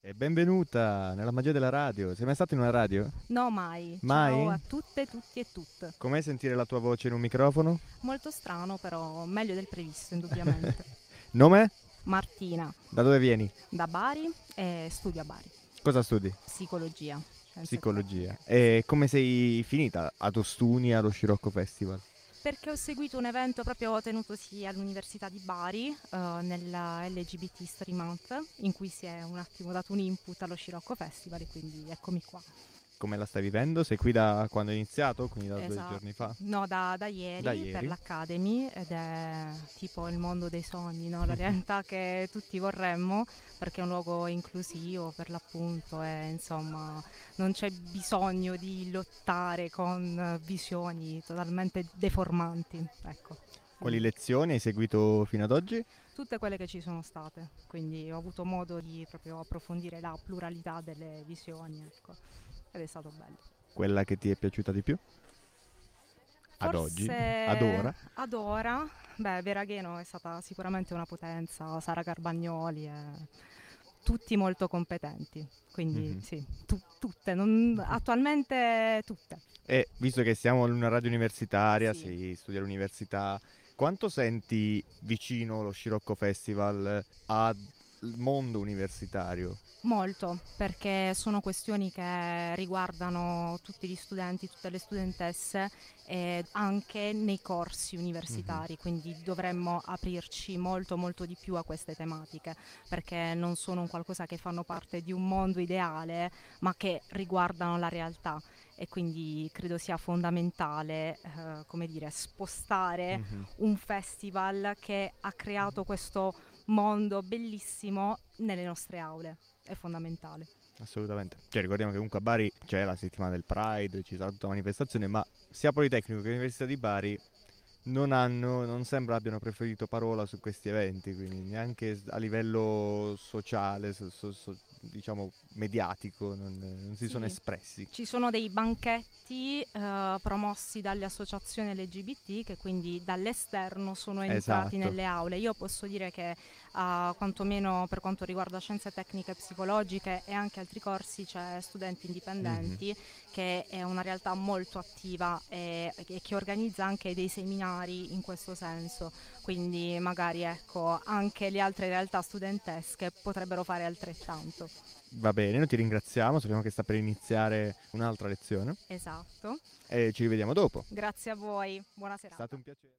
E benvenuta nella magia della radio. Sei mai stato in una radio? No, mai. Ciao Mai? a tutte, tutti e tutte. Com'è sentire la tua voce in un microfono? Molto strano, però meglio del previsto, indubbiamente. Nome? Martina, Da dove vieni? da Bari e studio a Bari. Cosa studi? Psicologia, scienze Psicologia. tecniche. Sì. E come sei finita ad Ostuni allo Scirocco Festival? Perché ho seguito un evento proprio tenutosi all'Università di Bari, nella LGBT History Month, in cui si è un attimo dato un input allo Scirocco Festival e quindi eccomi qua. Come la stai vivendo? Sei qui da quando è iniziato? Quindi da 2 giorni Esatto, fa? no, da Da ieri per ieri? l'Academy ed è tipo il mondo dei sogni, no? La realtà che tutti vorremmo perché è un luogo inclusivo per l'appunto e insomma non c'è bisogno di lottare con visioni totalmente deformanti, ecco. Quali Quindi lezioni hai seguito fino ad oggi? tutte quelle che ci sono state, quindi ho avuto modo di proprio approfondire la pluralità delle visioni, ecco, ed è stato bello. Quella che ti è piaciuta di più? Ad oggi? Ad Forse ora? ad ora, beh, Veragheno è stata sicuramente una potenza, Sara Garbagnoli, tutti molto competenti, quindi Mhm. sì, tutte, attualmente tutte. E visto che siamo in una radio universitaria, Sì. si studia all'università, quanto senti vicino lo Scirocco Festival al mondo universitario? Molto, perché sono questioni che riguardano tutti gli studenti, tutte le studentesse anche nei corsi Mhm. universitari, quindi dovremmo aprirci molto molto di più a queste tematiche, perché non sono un qualcosa che fanno parte di un mondo ideale, ma che riguardano la realtà e quindi credo sia fondamentale, come dire, spostare Mhm. un festival che ha creato questo mondo bellissimo nelle nostre aule è fondamentale. Assolutamente. Cioè, ricordiamo che comunque a Bari c'è la settimana del Pride, ci sarà tutta la manifestazione, ma sia Politecnico che l'Università di Bari non sembra abbiano preferito parola su questi eventi, quindi neanche a livello sociale, diciamo mediatico, non si sono Sì, espressi. ci sono dei banchetti promossi dalle associazioni LGBT che quindi dall'esterno sono entrati Esatto. nelle aule. Io posso dire che quantomeno per quanto riguarda scienze tecniche e psicologiche e anche altri corsi c'è studenti Mhm. indipendenti che è una realtà molto attiva e che organizza anche dei seminari in questo senso. Quindi magari ecco anche le altre realtà studentesche potrebbero fare altrettanto. Va bene, noi ti ringraziamo, sappiamo che sta per iniziare un'altra lezione Esatto. e ci rivediamo dopo. Grazie a voi, buona È stato serata. un piacere.